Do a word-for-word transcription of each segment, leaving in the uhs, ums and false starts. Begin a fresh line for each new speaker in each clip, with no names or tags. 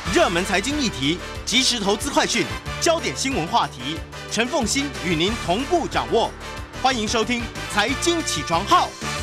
热门财经议题、即时投资快讯、焦点新闻话题，陈凤馨与您同步掌握。欢迎收听《财经起床号》。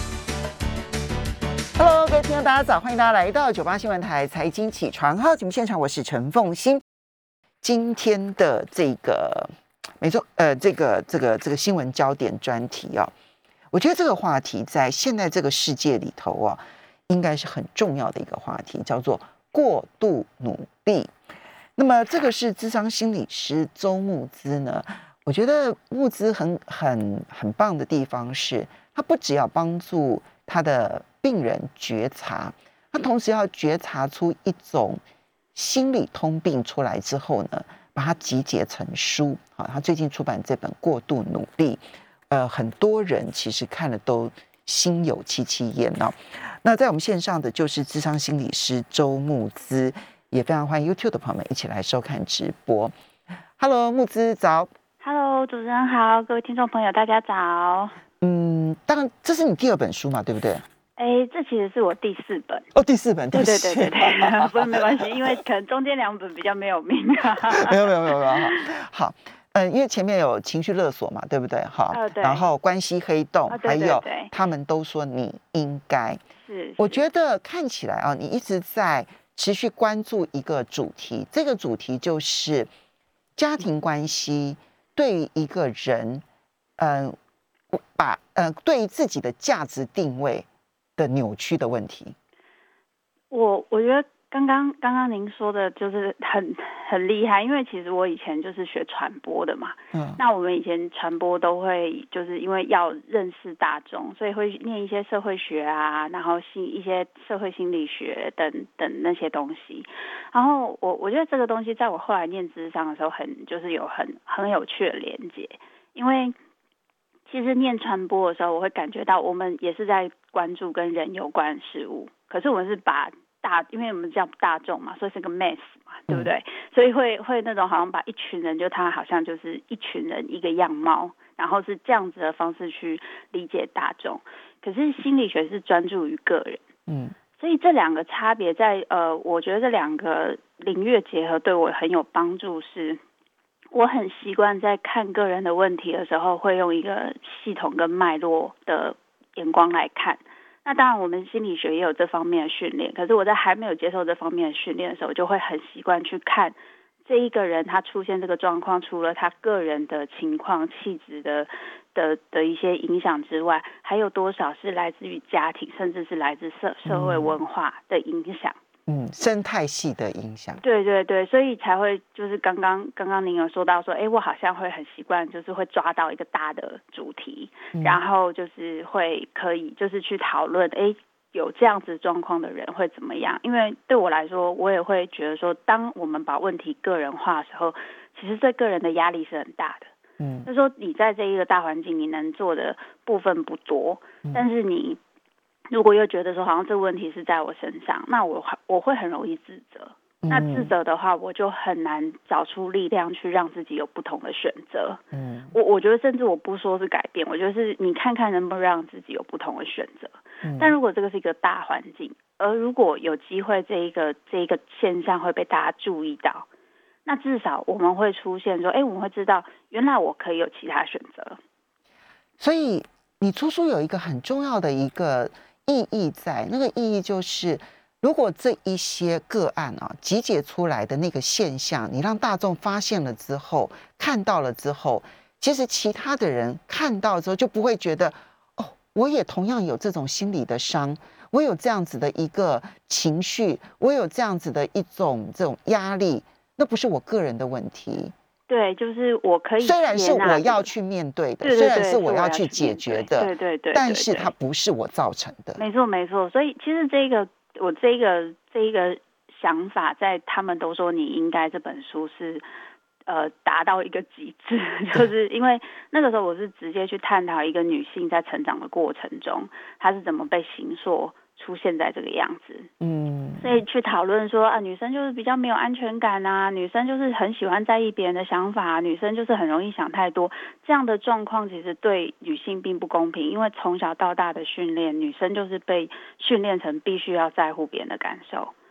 Hello， 各位听众大家早，欢迎大家来到九八新闻台财经起床号节目现场，我是陈凤馨。今天的这个没错，呃，这个这个这个新闻焦点专题哦，我觉得这个话题在现在这个世界里头啊，应该是很重要的一个话题，叫做过度努力。那么这个是諮商心理师周慕姿呢，我觉得慕姿很很很棒的地方是，他不只要帮助他的病人觉察，他同时要觉察出一种心理通病出来之后呢，把它集结成书。好，他最近出版这本《过度努力》，呃，很多人其实看了都心有戚戚焉哦。那在我们线上的就是諮商心理师周慕姿，也非常欢迎 YouTube 的朋友们一起来收看直播。Hello， 慕姿早。
Hello， 主持人好，各位听众朋友大家早。
嗯，当然这是你第二本书嘛，对不对？
哎，这其实是我第四本
哦，第四本，
对对对对对，不是没关系，因为可能中间两本比较没有名。
没有没有没有没有，好，嗯，因为前面有情绪勒索嘛，对不对？好，
呃、对，
然后关系黑洞，
哦、对对对，
还有他们都说你应该，
是，
我觉得看起来啊，你一直在持续关注一个主题，这个主题就是家庭关系对于一个人，嗯、呃，把呃对于自己的价值定位的扭曲的问题。
我我觉得刚刚刚刚您说的就是很很厉害，因为其实我以前就是学传播的嘛，嗯，那我们以前传播都会就是因为要认识大众，所以会念一些社会学啊，然后心一些社会心理学等等那些东西。然后我我觉得这个东西在我后来念諮商的时候很就是有很很有趣的连结，因为其实念传播的时候，我会感觉到我们也是在关注跟人有关的事物，可是我们是把大，因为我们叫大众嘛，所以是个 mass 嘛，对不对？嗯、所以会会那种好像把一群人，就他好像就是一群人一个样貌，然后是这样子的方式去理解大众。可是心理学是专注于个人，嗯，所以这两个差别在呃，我觉得这两个领域的结合对我很有帮助是。我很习惯在看个人的问题的时候，会用一个系统跟脉络的眼光来看。那当然，我们心理学也有这方面的训练。可是我在还没有接受这方面的训练的时候，我就会很习惯去看这一个人他出现这个状况，除了他个人的情况、气质的的的一些影响之外，还有多少是来自于家庭，甚至是来自社社会文化的影响。
嗯，生态系的影响，
对对对，所以才会就是刚刚刚刚您有说到说，哎，我好像会很习惯，就是会抓到一个大的主题，嗯、然后就是会可以就是去讨论，哎，有这样子状况的人会怎么样？因为对我来说，我也会觉得说，当我们把问题个人化的时候，其实对个人的压力是很大的。嗯，就是说你在这一个大环境，你能做的部分不多，嗯、但是你。如果又觉得说好像这个问题是在我身上，那我我会很容易自责。嗯、那自责的话，我就很难找出力量去让自己有不同的选择。嗯，我我觉得甚至我不说是改变，我觉得是你看看能不能让自己有不同的选择。嗯、但如果这个是一个大环境，而如果有机会这一个这一个现象会被大家注意到，那至少我们会出现说，哎，我们会知道原来我可以有其他选择。
所以你出书有一个很重要的一个意义在，那个意义就是，如果这一些个案啊集结出来的那个现象，你让大众发现了之后，看到了之后，其实其他的人看到之后就不会觉得，哦，我也同样有这种心理的伤，我有这样子的一个情绪，我有这样子的一种这种压力，那不是我个人的问题。
对，就是我可以，
虽然是我要去面对的，
对对对，
虽然是我要去解决的，
对对 对, 对，
但是它不是我造成的。
没错没错，所以其实这个我这个这一个想法，在他们都说你应该这本书是呃达到一个极致，就是因为那个时候我是直接去探讨一个女性在成长的过程中，她是怎么被形塑出现在这个样子，嗯，所以去讨论说啊，女生就是比较没有安全感啊，女生就是很喜欢在意别人的想法啊，女生就是很容易想太多，这样的状况其实对女性并不公平，因为从小到大的训练，女生就是被训练成必须要在乎别人的感受，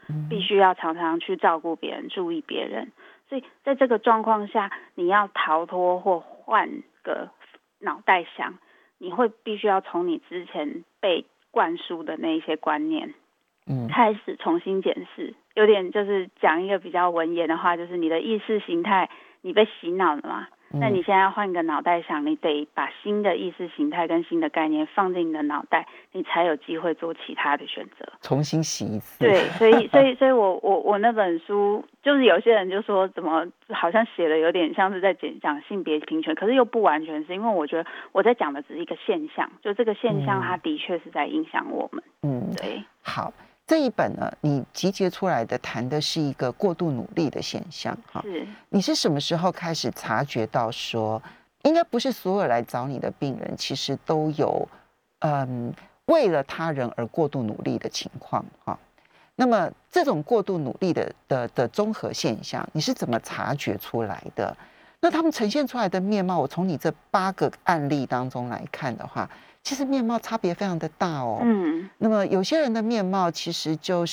必须要常常去照顾别人、注意别人。所以在这个状况下，你要逃脱或换个脑袋想，你会必须要从你之前被灌输的那一些观念，嗯，开始重新检视。有点就是讲一个比较文言的话，就是你的意识形态，你被洗脑了嘛？那你现在换个脑袋想，你得把新的意识形态跟新的概念放进你的脑袋，你才有机会做其他的选择，
重新洗一次。
对，所以所以所以我我我那本书，就是有些人就说怎么好像写的有点像是在讲性别平权，可是又不完全是，因为我觉得我在讲的只是一个现象，就这个现象它的确是在影响我们。嗯，对。
好。这一本呢，你集结出来的谈的是一个过度努力的现象，哈。
是。
你是什么时候开始察觉到说，应该不是所有来找你的病人，其实都有，嗯，为了他人而过度努力的情况，哈。那么这种过度努力的的的综合现象，你是怎么察觉出来的？那他们呈现出来的面貌，我从你这八个案例当中来看的话，其实面貌差别非常的大哦。嗯，那么有些人的面貌其实就是，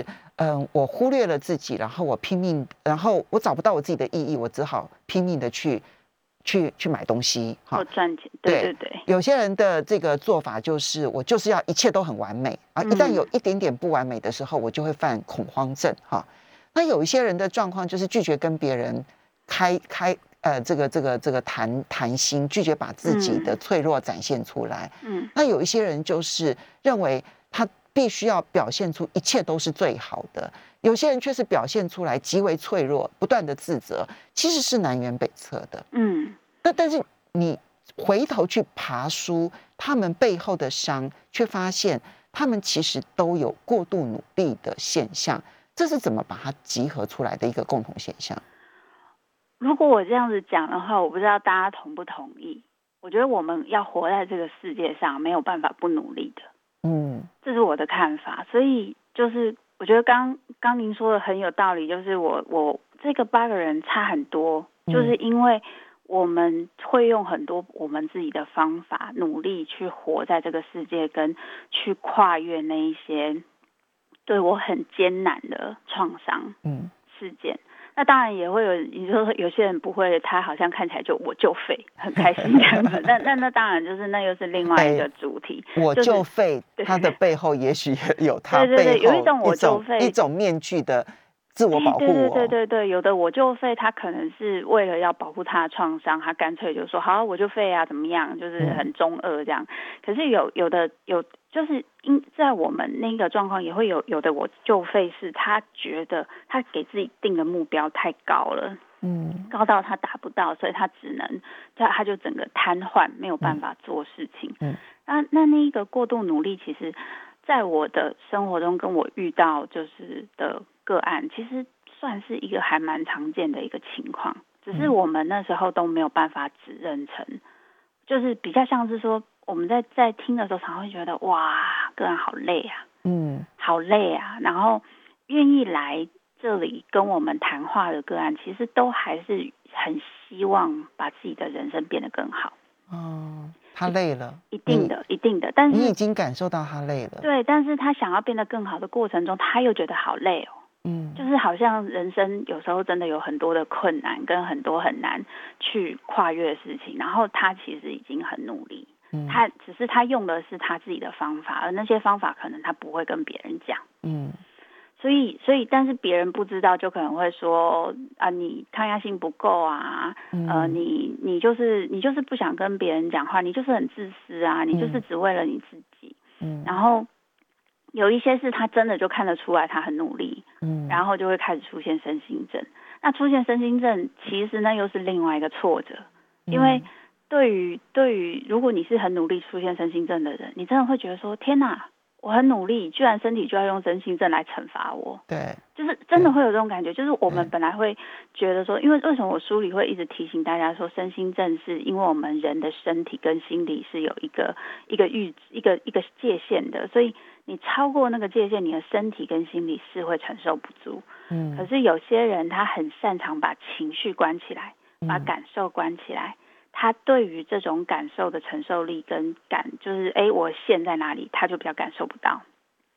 嗯，我忽略了自己，然后我拼命，然后我找不到我自己的意义，我只好拼命的去去去买东西，
哈，赚钱。对对对。
有些人的这个做法就是，我就是要一切都很完美啊，一旦有一点点不完美的时候，我就会犯恐慌症，哈。那有一些人的状况就是拒绝跟别人开开。呃，这个这个这个谈谈心，拒绝把自己的脆弱展现出来。嗯，那有一些人就是认为他必须要表现出一切都是最好的，有些人却是表现出来极为脆弱，不断的自责，其实是南辕北辙的。嗯，那但是你回头去爬梳他们背后的伤，却发现他们其实都有过度努力的现象，这是怎么把它集合出来的一个共同现象？
如果我这样子讲的话，我不知道大家同不同意。我觉得我们要活在这个世界上，没有办法不努力的。嗯，这是我的看法。所以就是我觉得刚刚您说的很有道理，就是我我这个八个人差很多，就是因为我们会用很多我们自己的方法，努力去活在这个世界，跟去跨越那一些对我很艰难的创伤事件。嗯，那当然也会有，你说有些人不会，他好像看起来就我就废，很开心这样子。那那那当然就是那又是另外一个主题。
欸、我就废，就是，他的背后也许有他背后
对对对，有一种我就废
一种面具的自我保护，哦。
对对对对对，有的我就废，他可能是为了要保护他的创伤，他干脆就说好我就废啊，怎么样，就是很中二这样。嗯，可是有有的有。就是因在我们那个状况也会有有的我就废是他觉得他给自己定的目标太高了，嗯，高到他达不到，所以他只能他他就整个瘫痪，没有办法做事情。嗯，那那那一个过度努力，其实在我的生活中跟我遇到就是的个案，其实算是一个还蛮常见的一个情况，只是我们那时候都没有办法指认成，就是比较像是说。我们在在听的时候，常会觉得哇，个人好累啊，嗯，好累啊。然后愿意来这里跟我们谈话的个案，其实都还是很希望把自己的人生变得更好。
哦，他累了，
一定的，一定的。但是
你已经感受到他累了，
对。但是他想要变得更好的过程中，他又觉得好累哦。嗯，就是好像人生有时候真的有很多的困难，跟很多很难去跨越的事情，然后他其实已经很努力。他只是他用的是他自己的方法，而那些方法可能他不会跟别人讲。嗯，所以所以但是别人不知道，就可能会说啊，你抗压性不够啊，嗯、呃，你你就是你就是不想跟别人讲话，你就是很自私啊，你就是只为了你自己。嗯，然后有一些是他真的就看得出来他很努力，嗯，然后就会开始出现身心症。那出现身心症，其实那又是另外一个挫折，因为。对于对于，如果你是很努力出现身心症的人，你真的会觉得说，天哪，我很努力，居然身体就要用身心症来惩罚我。
对，
就是真的会有这种感觉。就是我们本来会觉得说，因为为什么我书里会一直提醒大家说，身心症是因为我们人的身体跟心理是有一个一个阈一个一个界限的，所以你超过那个界限，你的身体跟心理是会承受不住。嗯，可是有些人他很擅长把情绪关起来，把感受关起来。他对于这种感受的承受力跟感，就是哎，我线在哪里，他就比较感受不到。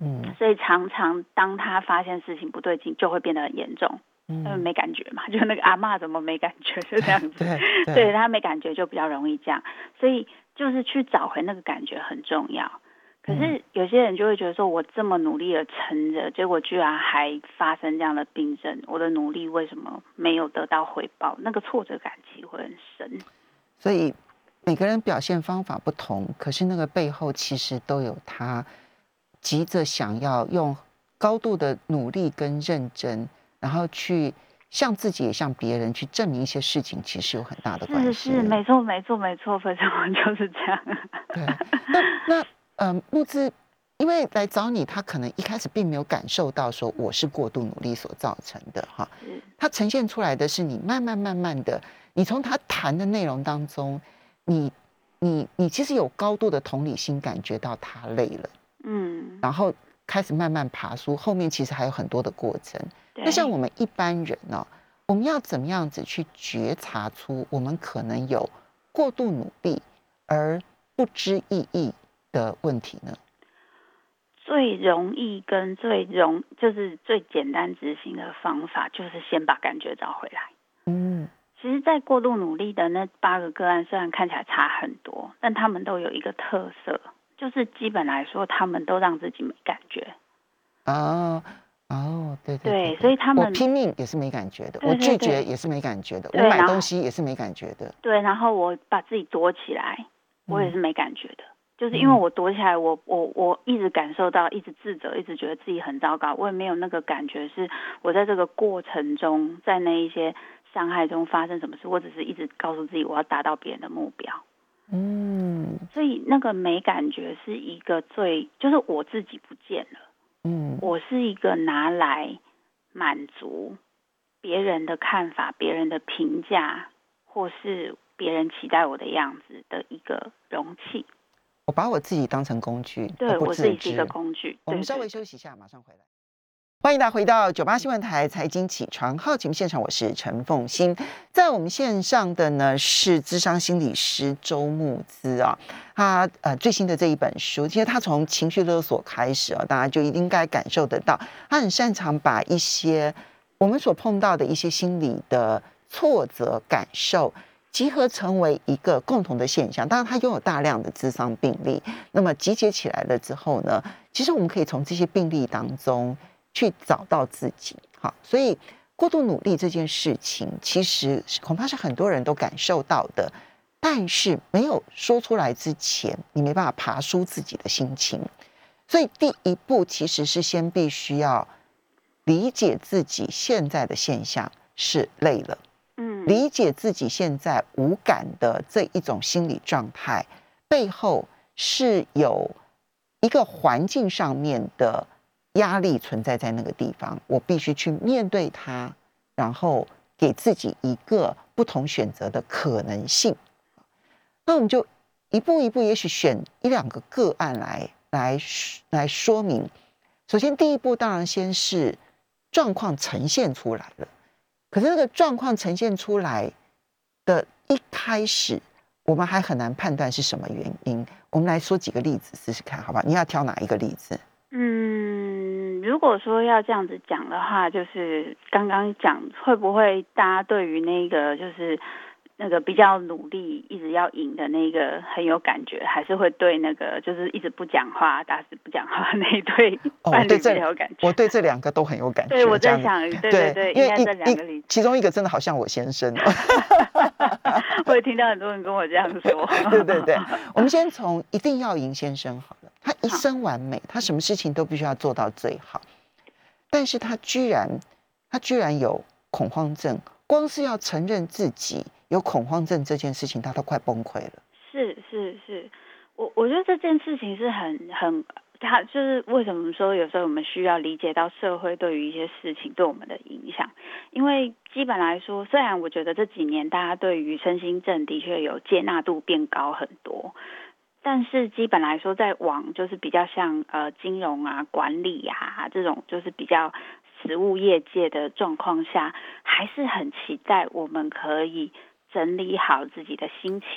嗯，所以常常当他发现事情不对劲，就会变得很严重。嗯，没感觉嘛，就那个阿嬷怎么没感觉，就这样子。
对，对，
对他没感觉就比较容易这样，所以就是去找回那个感觉很重要。可是有些人就会觉得说，我这么努力的撑着，结果居然还发生这样的病症，我的努力为什么没有得到回报？那个挫折感其实会很深。
所以每个人表现方法不同，可是那个背后其实都有他急着想要用高度的努力跟认真，然后去向自己也向别人去证明一些事情，其实有很大的关系。
是是，没错没错没错，非常就是这样。
对，那那呃，慕姿因为来找你，他可能一开始并没有感受到说我是过度努力所造成的哈，他呈现出来的是你慢慢慢慢的，你从他谈的内容当中，你你你其实有高度的同理心，感觉到他累了，嗯，然后开始慢慢爬梳，后面其实还有很多的过程。那像我们一般人呢、哦，我们要怎么样子去觉察出我们可能有过度努力而不知意义的问题呢？
最容易跟最容就是最简单执行的方法，就是先把感觉找回来。嗯，其实，在过度努力的那八个个案，虽然看起来差很多，但他们都有一个特色，就是基本来说，他们都让自己没感觉。
哦哦，对 对,
对, 对，所以他们
我拼命也是没感觉的，对对对，我拒绝也是没感觉的，我买东西也是没感觉的。
对，然后我把自己躲起来，我也是没感觉的。嗯，就是因为我躲起来，我我我一直感受到，一直自责，一直觉得自己很糟糕，我也没有那个感觉是我在这个过程中，在那一些伤害中发生什么事，我只是一直告诉自己我要达到别人的目标。嗯，所以那个没感觉是一个最，就是我自己不见了。嗯，我是一个拿来满足别人的看法、别人的评价，或是别人期待我的样子的一个容器。
我把我自己当成工具，
对，我自己是一个工具。
我们稍微休息一下，马上回来。欢迎大家回到九八新闻台财经起床号节目现场，我是陈凤馨。在我们线上的呢是諮商心理师周慕姿啊，他呃最新的这一本书，其实他从情绪勒索开始啊，大家就应该感受得到，他很擅长把一些我们所碰到的一些心理的挫折感受集合成为一个共同的现象。当然他拥有大量的諮商病例，那么集结起来了之后呢，其实我们可以从这些病例当中去找到自己。好，所以过度努力这件事情其实恐怕是很多人都感受到的，但是没有说出来之前你没办法爬梳自己的心情。所以第一步其实是先必须要理解自己现在的现象是累了，嗯，理解自己现在无感的这一种心理状态背后是有一个环境上面的压力存在在那个地方，我必须去面对它，然后给自己一个不同选择的可能性。那我们就一步一步，也许选一两个个案来来来说明。首先，第一步当然先是状况呈现出来了，可是那个状况呈现出来的一开始，我们还很难判断是什么原因。我们来说几个例子试试看，好吧？你要挑哪一个例子？
嗯，如果说要这样子讲的话，就是刚刚讲会不会大家对于那个就是那个比较努力一直要赢的那个很有感觉，还是会对那个就是一直不讲话打死不讲话那一对伴侣比较有感觉？
哦、我对这两个都很有感觉。
对，我在想，对对对，应该这两个例子，
其中一个真的好像我先生。
我也听到很多人跟我这样说。
对对对，我们先从一定要赢先生好了。他一生完美，他什么事情都必须要做到最好，但是他居然他居然有恐慌症，光是要承认自己有恐慌症这件事情，他都快崩溃了。
是是是，我我觉得这件事情是很很，他就是为什么说有时候我们需要理解到社会对于一些事情对我们的影响，因为基本来说，虽然我觉得这几年大家对于身心症的确有接纳度变高很多。但是基本来说，在往就是比较像呃金融啊、管理啊这种就是比较实务业界的状况下，还是很期待我们可以整理好自己的心情，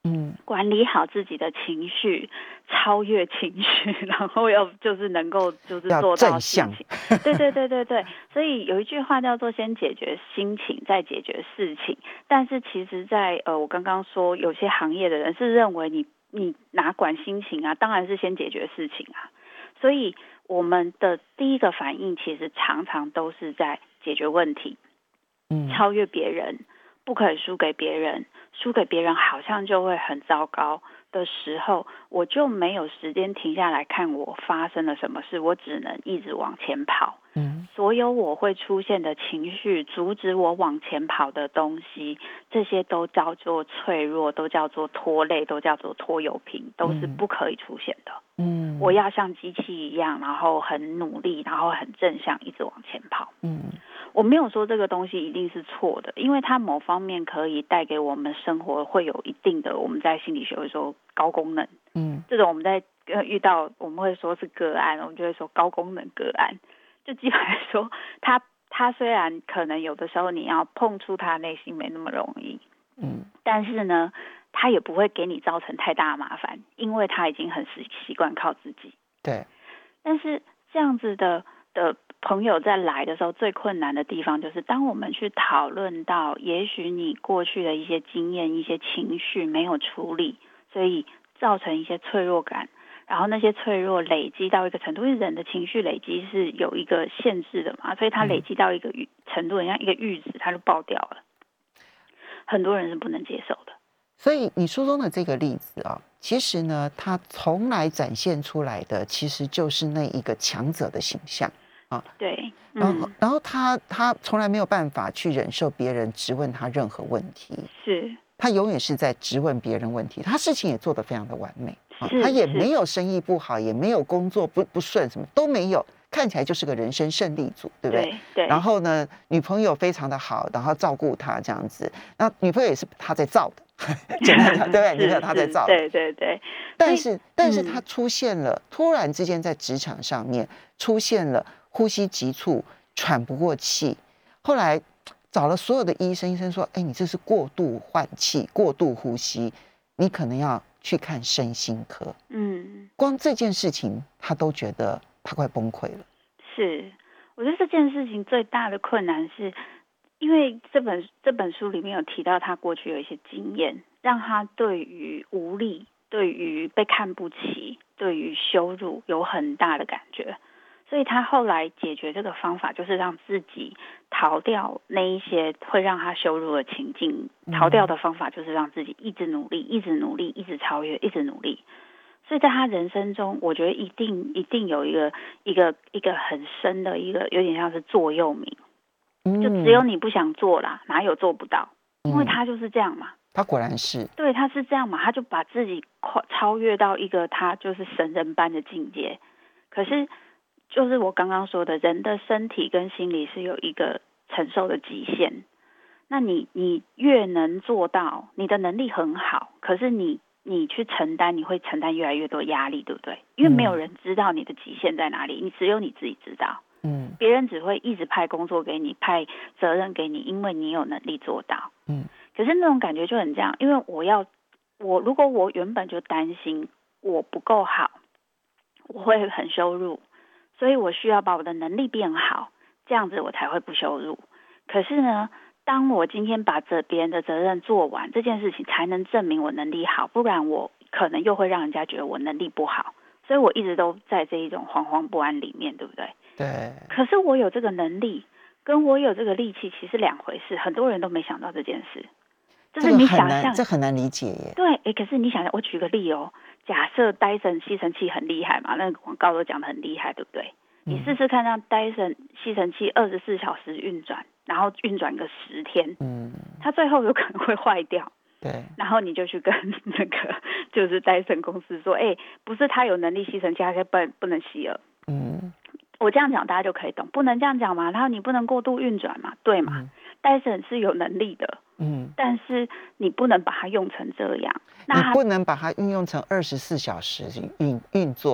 嗯，管理好自己的情绪，超越情绪，然后要就是能够就是做到事情。对对对对对，所以有一句话叫做先解决心情，再解决事情。但是其实在，在呃，我刚刚说有些行业的人是认为你你哪管心情啊，当然是先解决事情啊。所以我们的第一个反应其实常常都是在解决问题，嗯，超越别人。不可以输给别人，输给别人好像就会很糟糕的时候，我就没有时间停下来看我发生了什么事，我只能一直往前跑。嗯，所有我会出现的情绪，阻止我往前跑的东西，这些都叫做脆弱，都叫做拖累，都叫做拖油瓶，都是不可以出现的。嗯，我要像机器一样，然后很努力，然后很正向，一直往前跑。嗯。我没有说这个东西一定是错的，因为它某方面可以带给我们生活会有一定的，我们在心理学会说高功能，嗯，这种我们在遇到我们会说是个案，我们就会说高功能个案，就基本来说，它它虽然可能有的时候你要碰触它内心没那么容易，嗯，但是呢，它也不会给你造成太大的麻烦，因为它已经很习习惯靠自己，
对，
但是这样子的的。朋友在来的时候，最困难的地方就是当我们去讨论到也许你过去的一些经验、一些情绪没有处理，所以造成一些脆弱感，然后那些脆弱累积到一个程度，因为人的情绪累积是有一个限制的嘛，所以它累积到一个程度，像一个阈值，它就爆掉了。很多人是不能接受的。
所以你书中的这个例子啊，其实呢，它从来展现出来的其实就是那一个强者的形象。啊，
对，
嗯、然后，然后他他从来没有办法去忍受别人质问他任何问题，
是，
他永远是在质问别人问题，他事情也做得非常的完美，
啊，
他也没有生意不好，也没有工作不不顺，什么都没有，看起来就是个人生胜利组，对不对？
对，对。
然后呢，女朋友非常的好，然后照顾他这样子，那女朋友也是他在造的，简单讲，对不对？女朋友他在造的，
对对对。
但是，但是他出现了，突然之间在职场上面出现了。呼吸急促，喘不过气。后来找了所有的医生，医生说：“哎，你这是过度换气、过度呼吸，你可能要去看身心科。”嗯，光这件事情，他都觉得他快崩溃了。
是，我觉得这件事情最大的困难是，因为这本这本书里面有提到他过去有一些经验，让他对于无力、对于被看不起、对于羞辱有很大的感觉。所以他后来解决这个方法，就是让自己逃掉那一些会让他羞辱的情境。逃掉的方法就是让自己一直努力，一直努力，一直超越，一直努力。所以在他人生中，我觉得一定一定有一个一个一个很深的一个，有点像是座右铭，就只有你不想做啦，哪有做不到？因为他就是这样嘛。
他果然是
对，他是这样嘛，他就把自己超越到一个他就是神人般的境界。可是。就是我刚刚说的，人的身体跟心理是有一个承受的极限。那你你越能做到，你的能力很好，可是你你去承担，你会承担越来越多压力，对不对？因为没有人知道你的极限在哪里，你只有你自己知道。嗯，别人只会一直派工作给你，派责任给你，因为你有能力做到。嗯，可是那种感觉就很这样，因为我要我如果我原本就担心我不够好，我会很羞辱。所以我需要把我的能力变好，这样子我才会不羞辱。可是呢，当我今天把这别人的责任做完，这件事情才能证明我能力好，不然我可能又会让人家觉得我能力不好。所以我一直都在这一种惶惶不安里面，对不对？
对。
可是我有这个能力，跟我有这个力气其实两回事，很多人都没想到这件事。就是你想象，
这很难理解耶。
对，哎，可是你想象，我举个例哦。假设 Dyson 吸尘器很厉害嘛，那个广告都讲得很厉害，对不对？嗯、你试试看，让 Dyson 吸尘器二十四小时运转，然后运转个十天，嗯，它最后有可能会坏掉。
对，
然后你就去跟那个就是 Dyson 公司说，哎，不是他有能力吸尘器，他不不能吸了。嗯，我这样讲大家就可以懂，不能这样讲嘛，然后你不能过度运转嘛，对嘛？嗯、Dyson 是有能力的。嗯，但是你不能把它用成这样，
那你不能把它运用成二十四小时运运作，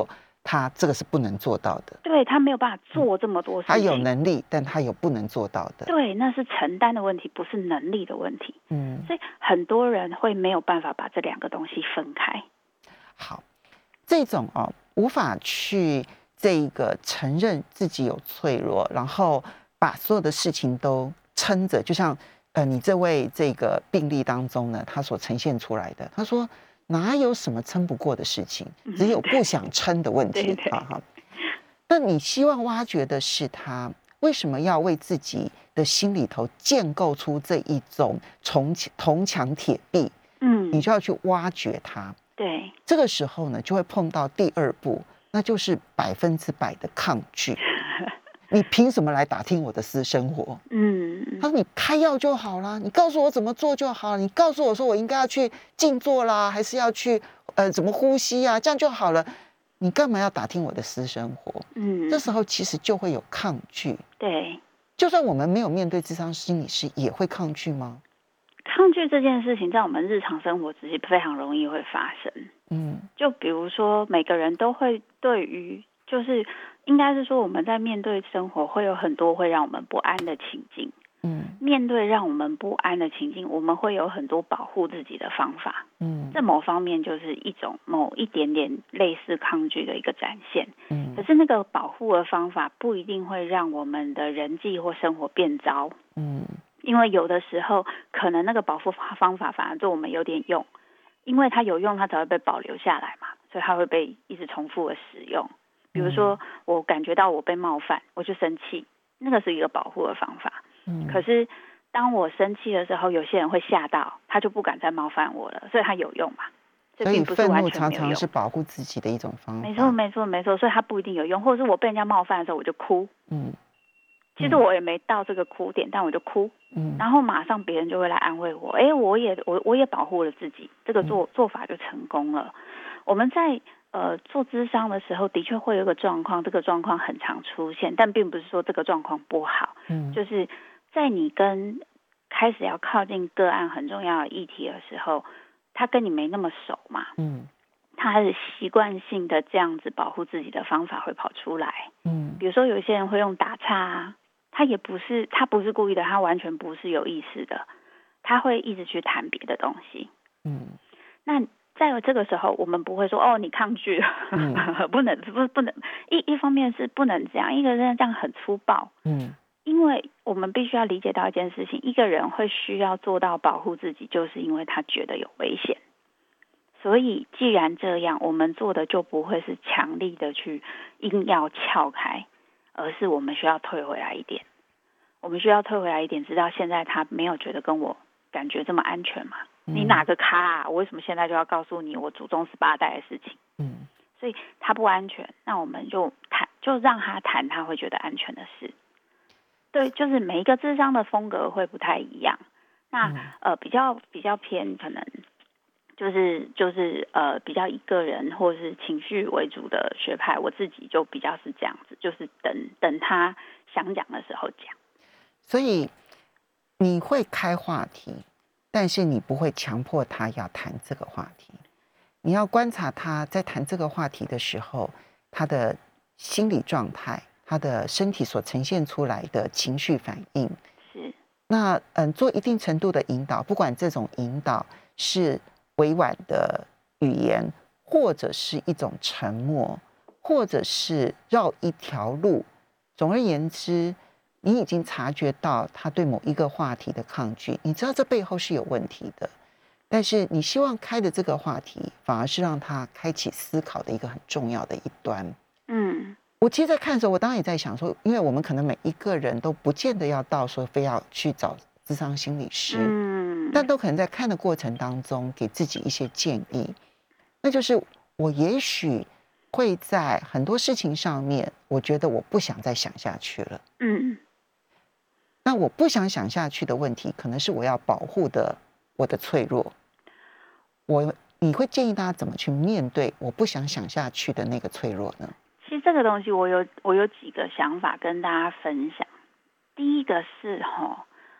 他这个是不能做到的，
对，他没有办法做这么多事情，
他有能力，但他有不能做到的。
对，那是承担的问题，不是能力的问题。嗯，所以很多人会没有办法把这两个东西分开。
好，这种哦，无法去这个承认自己有脆弱，然后把所有的事情都撑着，就像呃，你这位这个病例当中呢，他所呈现出来的，他说哪有什么撑不过的事情，只有不想撑的问题。哈哈。那你希望挖掘的是他为什么要为自己的心里头建构出这一种铜铜墙铁壁？嗯，你就要去挖掘它。
对，
这个时候呢，就会碰到第二步，那就是百分之百的抗拒。你凭什么来打听我的私生活？嗯，他说你开药就好啦，你告诉我怎么做就好了，你告诉我说我应该要去静坐啦，还是要去呃怎么呼吸啊，这样就好了。你干嘛要打听我的私生活？嗯，这时候其实就会有抗拒。
对，
就算我们没有面对諮商心理师，也会抗拒吗？
抗拒这件事情在我们日常生活其实非常容易会发生。嗯，就比如说每个人都会对于，就是应该是说我们在面对生活会有很多会让我们不安的情境。嗯，面对让我们不安的情境，我们会有很多保护自己的方法。嗯，在某方面就是一种某一点点类似抗拒的一个展现。嗯，可是那个保护的方法不一定会让我们的人际或生活变糟。嗯，因为有的时候可能那个保护方法反而对我们有点用，因为它有用，它才会被保留下来嘛，所以它会被一直重复的使用。比如说我感觉到我被冒犯，我就生气，那个是一个保护的方法。嗯，可是当我生气的时候，有些人会吓到，他就不敢再冒犯我了，所以他有用嘛？
所以愤怒常常是保护自己的一种方法。
没错，没错，没错，所以他不一定有用，或者是我被人家冒犯的时候，我就哭。嗯，其实我也没到这个哭点，但我就哭。嗯，然后马上别人就会来安慰我，哎，我也我我也保护了自己，这个做做法就成功了。我们在呃做諮商的时候，的确会有一个状况，这个状况很常出现，但并不是说这个状况不好。嗯，就是在你跟开始要靠近个案很重要的议题的时候，他跟你没那么熟嘛，嗯，他是习惯性的这样子保护自己的方法会跑出来，嗯，比如说有些人会用打岔啊，他也不是他不是故意的，他完全不是有意识的，他会一直去谈别的东西，嗯，那在这个时候，我们不会说哦，你抗拒了，嗯、不能不不能一一方面是不能这样，一个人这样很粗暴，嗯。因为我们必须要理解到一件事情，一个人会需要做到保护自己，就是因为他觉得有危险。所以既然这样，我们做的就不会是强力的去硬要撬开，而是我们需要退回来一点。我们需要退回来一点，直到现在他没有觉得跟我感觉这么安全嘛？嗯、你哪个咖啊？我为什么现在就要告诉你我祖宗十八代的事情？嗯，所以他不安全，那我们就谈，就让他谈他会觉得安全的事。对，就是每一个諮商的风格会不太一样。那、嗯、呃，比较比较偏可能就是就是呃比较以个人或是情绪为主的学派，我自己就比较是这样子，就是等等他想讲的时候讲。
所以你会开话题，但是你不会强迫他要谈这个话题。你要观察他在谈这个话题的时候，他的心理状态。他的身体所呈现出来的情绪反应
是
那嗯，做一定程度的引导，不管这种引导是委婉的语言，或者是一种沉默，或者是绕一条路。总而言之，你已经察觉到他对某一个话题的抗拒，你知道这背后是有问题的，但是你希望开的这个话题，反而是让他开启思考的一个很重要的一端。嗯。我其实在看的时候，我当然也在想说，因为我们可能每一个人都不见得要到说非要去找諮商心理师，嗯，但都可能在看的过程当中给自己一些建议。那就是我也许会在很多事情上面，我觉得我不想再想下去了，嗯，那我不想想下去的问题，可能是我要保护的我的脆弱。我你会建议大家怎么去面对我不想想下去的那个脆弱呢？
其实这个东西我有我有几个想法跟大家分享。第一个是齁，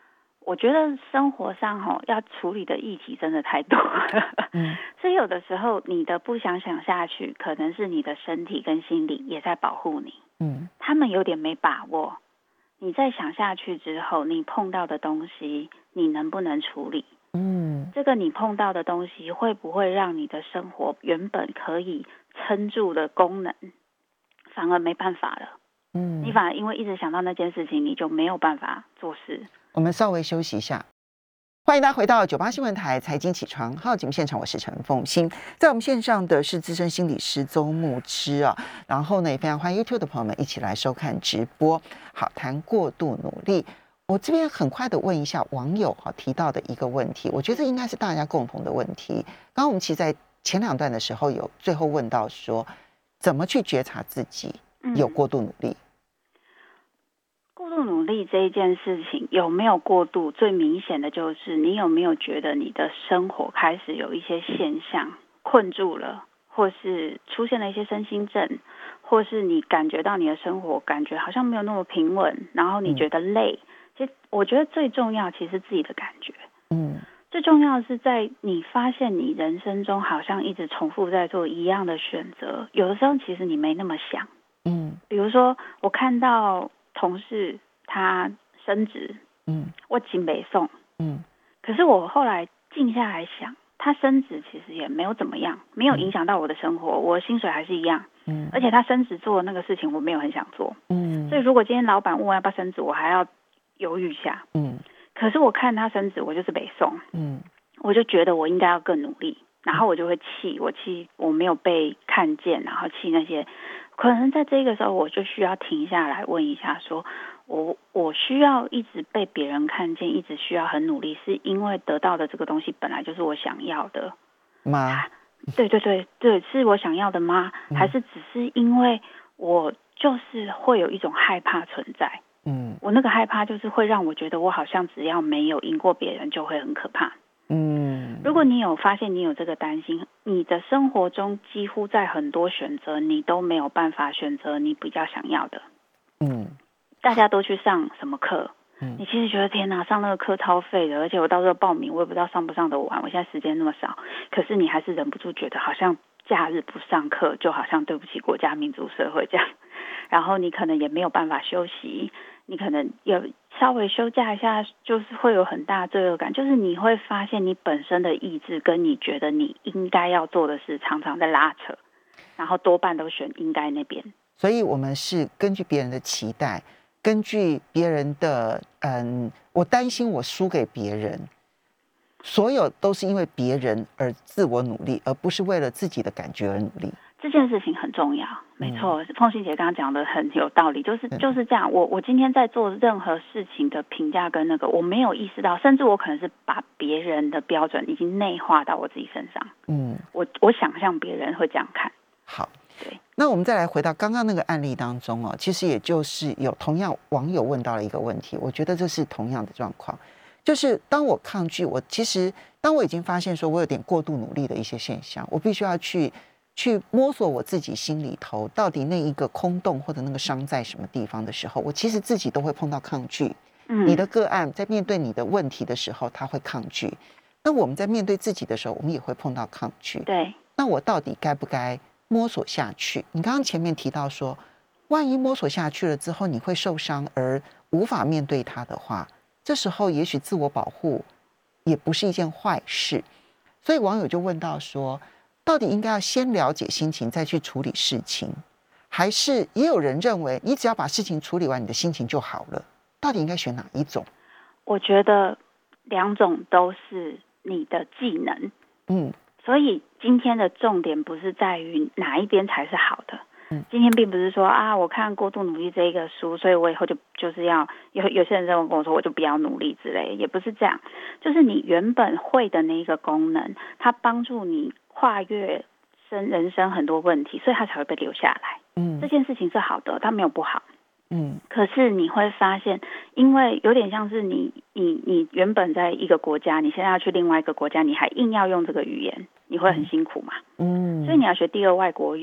我觉得生活上吼要处理的议题真的太多了，嗯，所以有的时候你的不想想下去，可能是你的身体跟心理也在保护你，嗯，他们有点没把握。你再想下去之后，你碰到的东西，你能不能处理？嗯，这个你碰到的东西会不会让你的生活原本可以撑住的功能，反而没办法了？嗯，你反而因为一直想到那件事情，你就没有办法做事。
我们稍微休息一下，欢迎大家回到九八新闻台财经起床号节目现场，我是陈凤馨，在我们线上的是资深心理师邹牧之啊，然后呢也非常欢迎 YouTube 的朋友们一起来收看直播。好，谈过度努力，我这边很快的问一下网友哈提到的一个问题，我觉得这应该是大家共同的问题。刚刚我们其实在前两段的时候有最后问到说，怎么去觉察自己有过度努力？嗯，
过度努力这一件事情有没有过度，最明显的就是你有没有觉得你的生活开始有一些现象困住了，或是出现了一些身心症，或是你感觉到你的生活感觉好像没有那么平稳，然后你觉得累。嗯，其实我觉得最重要其实是自己的感觉。嗯，最重要的是在你发现你人生中好像一直重复在做一样的选择，有的时候其实你没那么想。嗯，比如说我看到同事他升职，嗯，我真不爽，嗯，可是我后来静下来想，他升职其实也没有怎么样，没有影响到我的生活，嗯，我薪水还是一样，嗯，而且他升职做的那个事情我没有很想做，嗯，所以如果今天老板问我要不要升职，我还要犹豫一下，嗯，可是我看他升职，我就是不爽，嗯，我就觉得我应该要更努力，然后我就会气，我气我没有被看见，然后气那些。可能在这个时候我就需要停下来问一下说，我我需要一直被别人看见，一直需要很努力，是因为得到的这个东西本来就是我想要的吗？对对对对，是我想要的吗？还是只是因为我就是会有一种害怕存在，嗯，我那个害怕就是会让我觉得我好像只要没有赢过别人就会很可怕。嗯，如果你有发现你有这个担心，你的生活中几乎在很多选择你都没有办法选择你比较想要的。嗯，大家都去上什么课，嗯，你其实觉得天哪，上那个课超废的，而且我到时候报名我也不知道上不上得完，我现在时间那么少，可是你还是忍不住觉得好像假日不上课就好像对不起国家民族社会这样，然后你可能也没有办法休息，你可能有稍微休假一下就是会有很大罪恶感，就是你会发现你本身的意志跟你觉得你应该要做的事常常在拉扯，然后多半都选应该那边。
所以我们是根据别人的期待，根据别人的嗯，我担心我输给别人，所有都是因为别人而自我努力，而不是为了自己的感觉而努力。
这件事情很重要，没错，凤馨姐刚刚讲的很有道理，就是就是这样。我我今天在做任何事情的评价跟那个，我没有意识到，甚至我可能是把别人的标准已经内化到我自己身上。嗯，我我想象别人会这样看。
好，对。那我们再来回到刚刚那个案例当中哦，其实也就是有同样网友问到了一个问题，我觉得这是同样的状况，就是当我抗拒，我其实当我已经发现说我有点过度努力的一些现象，我必须要去。去摸索我自己心里头到底那一个空洞或者那个伤在什么地方的时候，我其实自己都会碰到抗拒。嗯，你的个案在面对你的问题的时候，他会抗拒；那我们在面对自己的时候，我们也会碰到抗拒。
对，
那我到底该不该摸索下去？你刚刚前面提到说，万一摸索下去了之后你会受伤而无法面对它的话，这时候也许自我保护也不是一件坏事。所以网友就问到说，到底应该要先了解心情再去处理事情，还是也有人认为你只要把事情处理完，你的心情就好了？到底应该选哪一种？
我觉得两种都是你的技能。嗯，所以今天的重点不是在于哪一边才是好的。嗯，今天并不是说啊，我看过度努力这一个书，所以我以后就就是要有有些人认为跟我说我就不要努力之类，也不是这样。就是你原本会的那一个功能，它帮助你跨越生人生很多问题，所以它才会被留下来。嗯，这件事情是好的，它没有不好。嗯，可是你会发现，因为有点像是你你你原本在一个国家，你现在要去另外一个国家，你还硬要用这个语言，你会很辛苦嘛。嗯，所以你要学第二外国语。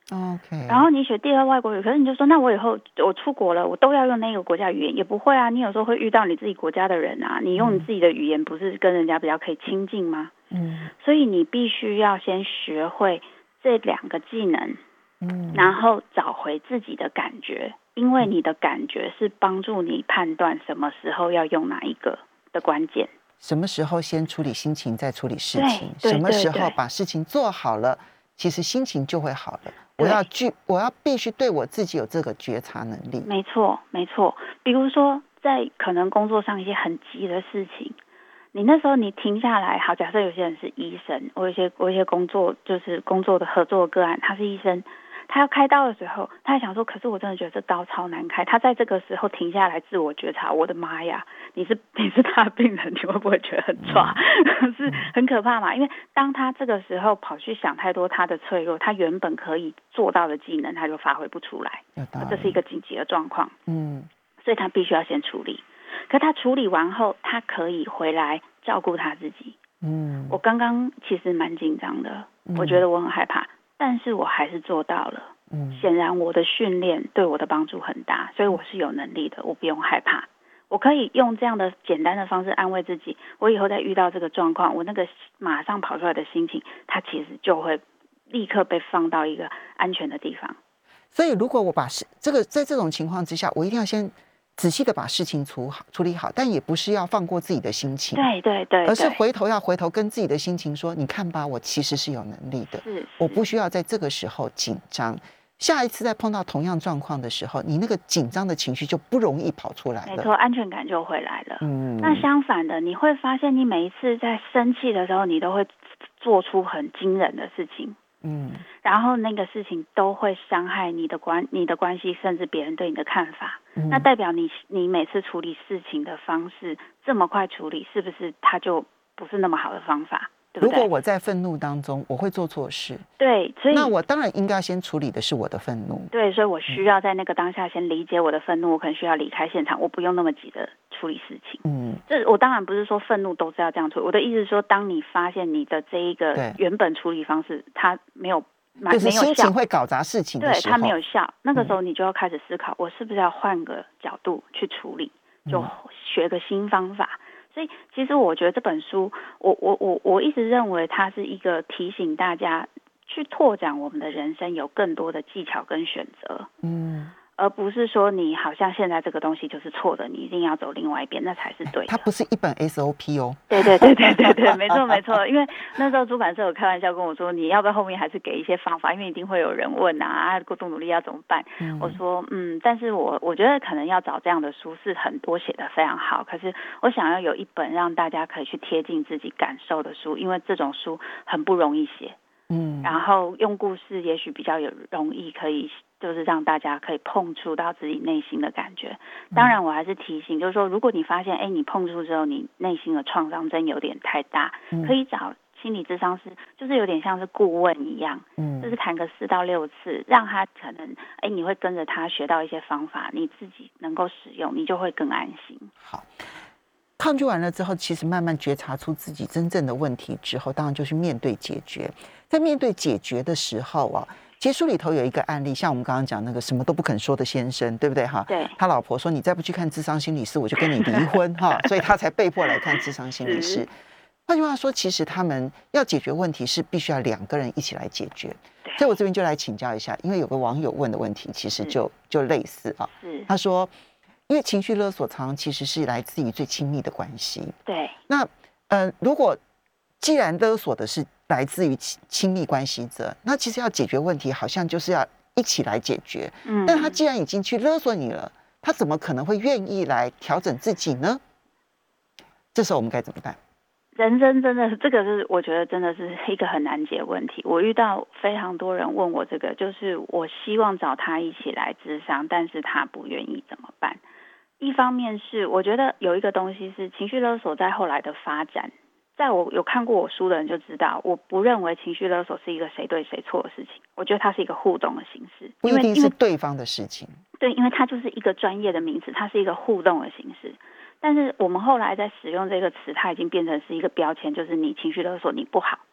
OK，
然后你学第二外国语，可是你就说，那我以后我出国了，我都要用那个国家语言，也不会啊。你有时候会遇到你自己国家的人啊，你用你自己的语言，不是跟人家比较可以亲近吗？嗯，所以你必须要先学会这两个技能，嗯，然后找回自己的感觉，因为你的感觉是帮助你判断什么时候要用哪一个的关键。
什么时候先处理心情，再处理事情？
对对对对，
什么时候把事情做好了，其实心情就会好了。我要具，我要必须对我自己有这个觉察能力。
没错，没错。比如说，在可能工作上一些很急的事情，你那时候你停下来，好，假设有些人是医生，我有一些我有一些工作就是工作的合作的个案，他是医生。他要开刀的时候，他还想说，可是我真的觉得这刀超难开。他在这个时候停下来自我觉察，我的妈呀，你是你是他的病人，你会不会觉得很抓？是很可怕嘛？因为当他这个时候跑去想太多他的脆弱，他原本可以做到的技能，他就发挥不出来。这是一个紧急的状况，嗯，所以他必须要先处理。可他处理完后，他可以回来照顾他自己。嗯，我刚刚其实蛮紧张的，我觉得我很害怕。但是我还是做到了，嗯，显然我的训练对我的帮助很大，所以我是有能力的，我不用害怕，我可以用这样的简单的方式安慰自己，我以后再遇到这个状况，我那个马上跑出来的心情，它其实就会立刻被放到一个安全的地方。
所以如果我把事这个在这种情况之下，我一定要先仔细的把事情处好处理好，但也不是要放过自己的心情，
对对 对, 对，
而是回头要回头跟自己的心情说，你看吧，我其实是有能力的，
是是
我不需要在这个时候紧张，下一次再碰到同样状况的时候，你那个紧张的情绪就不容易跑出来了，
没错，安全感就回来了。嗯，那相反的，你会发现你每一次在生气的时候，你都会做出很惊人的事情。嗯，然后那个事情都会伤害你的关你的关系，甚至别人对你的看法。嗯，那代表你你每次处理事情的方式这么快处理，是不是它就不是那么好的方法？对不对？
如果我在愤怒当中，我会做错事，
对，所以
那我当然应该先处理的是我的愤怒。
对，所以我需要在那个当下先理解我的愤怒，我可能需要离开现场，我不用那么急的处理事情。嗯，这我当然不是说愤怒都是要这样处理，我的意思是说，当你发现你的这一个原本处理方式它没有
就是心情会搞砸事情的时候，
对，它没有效，那个时候你就要开始思考，我是不是要换个角度去处理，就学个新方法。所以其实我觉得这本书，我我我我一直认为它是一个提醒大家去拓展我们的人生，有更多的技巧跟选择。嗯。而不是说你好像现在这个东西就是错的，你一定要走另外一边，那才是对的。
它不是一本 S O P 哦。
对对对对对对，没错没错。因为那时候出版社有开玩笑跟我说，你要不要后面还是给一些方法，因为一定会有人问啊，过度努力要怎么办？嗯、我说嗯，但是我我觉得可能要找这样的书是很多写得非常好，可是我想要有一本让大家可以去贴近自己感受的书，因为这种书很不容易写。嗯，然后用故事也许比较有容易可以就是让大家可以碰触到自己内心的感觉。当然我还是提醒，就是说如果你发现哎，你碰触之后你内心的创伤真有点太大，嗯、可以找心理咨商师，就是有点像是顾问一样，嗯，就是谈个四到六次，让他可能哎，你会跟着他学到一些方法，你自己能够使用，你就会更安心。
好。抗拒完了之后，其实慢慢觉察出自己真正的问题之后，当然就去面对解决。在面对解决的时候啊，其实书里头有一个案例，像我们刚刚讲那个什么都不肯说的先生，对不对哈？
对。
他老婆说：“你再不去看諮商心理師，我就跟你离婚哈。”所以他才被迫来看諮商心理師。换句话说，其实他们要解决问题是必须要两个人一起来解决。所以我这边就来请教一下，因为有个网友问的问题，其实就就类似啊。他说。因为情绪勒索常常其实是来自于最亲密的关系。
对。
那呃，如果既然勒索的是来自于亲密关系者，那其实要解决问题，好像就是要一起来解决。嗯。但他既然已经去勒索你了，他怎么可能会愿意来调整自己呢？这时候我们该怎么办？
人生真的这个是我觉得真的是一个很难解的问题。我遇到非常多人问我这个，就是我希望找他一起来諮商，但是他不愿意怎么办？一方面是我觉得有一个东西是情绪勒索在后来的发展，在我有看过我书的人就知道，我不认为情绪勒索是一个谁对谁错的事情，我觉得它是一个互动的形式，
不一定是对方的事情。
对，因为它就是一个专业的名词，它是一个互动的形式。但是我们后来在使用这个词，它已经变成是一个标签，就是你情绪勒索你不好，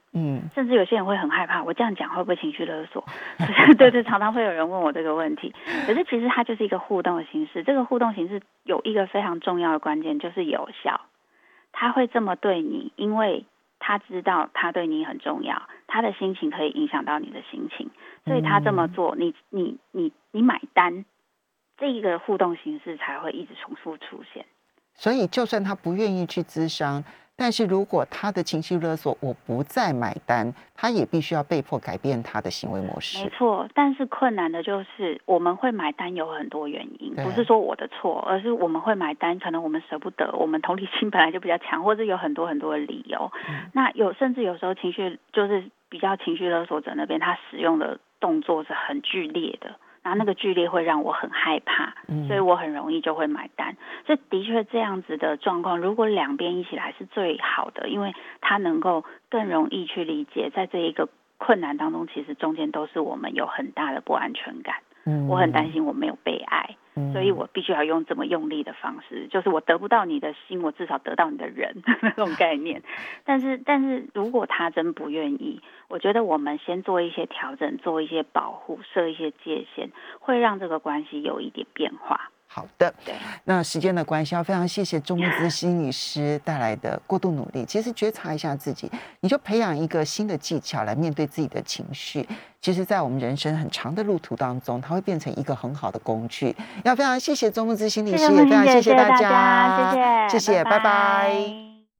嗯，甚至有些人会很害怕，我这样讲会不会情绪勒索？对对，常常会有人问我这个问题。可是其实它就是一个互动的形式，这个互动形式有一个非常重要的关键，就是有效。他会这么对你，因为他知道他对你很重要，他的心情可以影响到你的心情，所以他这么做，你你你你买单，这一个互动形式才会一直重复出现。
所以就算他不愿意去咨商，但是如果他的情绪勒索我不再买单，他也必须要被迫改变他的行为模式。
没错，但是困难的就是我们会买单有很多原因，不是说我的错，而是我们会买单，可能我们舍不得，我们同理心本来就比较强，或者有很多很多的理由。嗯、那有甚至有时候情绪就是比较情绪勒索者那边，他使用的动作是很剧烈的。然后那个剧烈会让我很害怕，所以我很容易就会买单。所以的确这样子的状况，如果两边一起来是最好的，因为他能够更容易去理解，在这一个困难当中，其实中间都是我们有很大的不安全感。嗯、我很担心我没有被爱，嗯、所以我必须要用这么用力的方式，就是我得不到你的心，我至少得到你的人那种概念。但是，但是如果他真不愿意，我觉得我们先做一些调整，做一些保护，设一些界限，会让这个关系有一点变化。
好的，对，那时间的关系，要非常谢谢钟慕姿心理师带来的过度努力。其实觉察一下自己，你就培养一个新的技巧来面对自己的情绪。其实，在我们人生很长的路途当中，它会变成一个很好的工具。要非常谢谢钟慕姿心理师，也非常谢谢大家，
谢谢，
谢谢，拜拜。拜拜。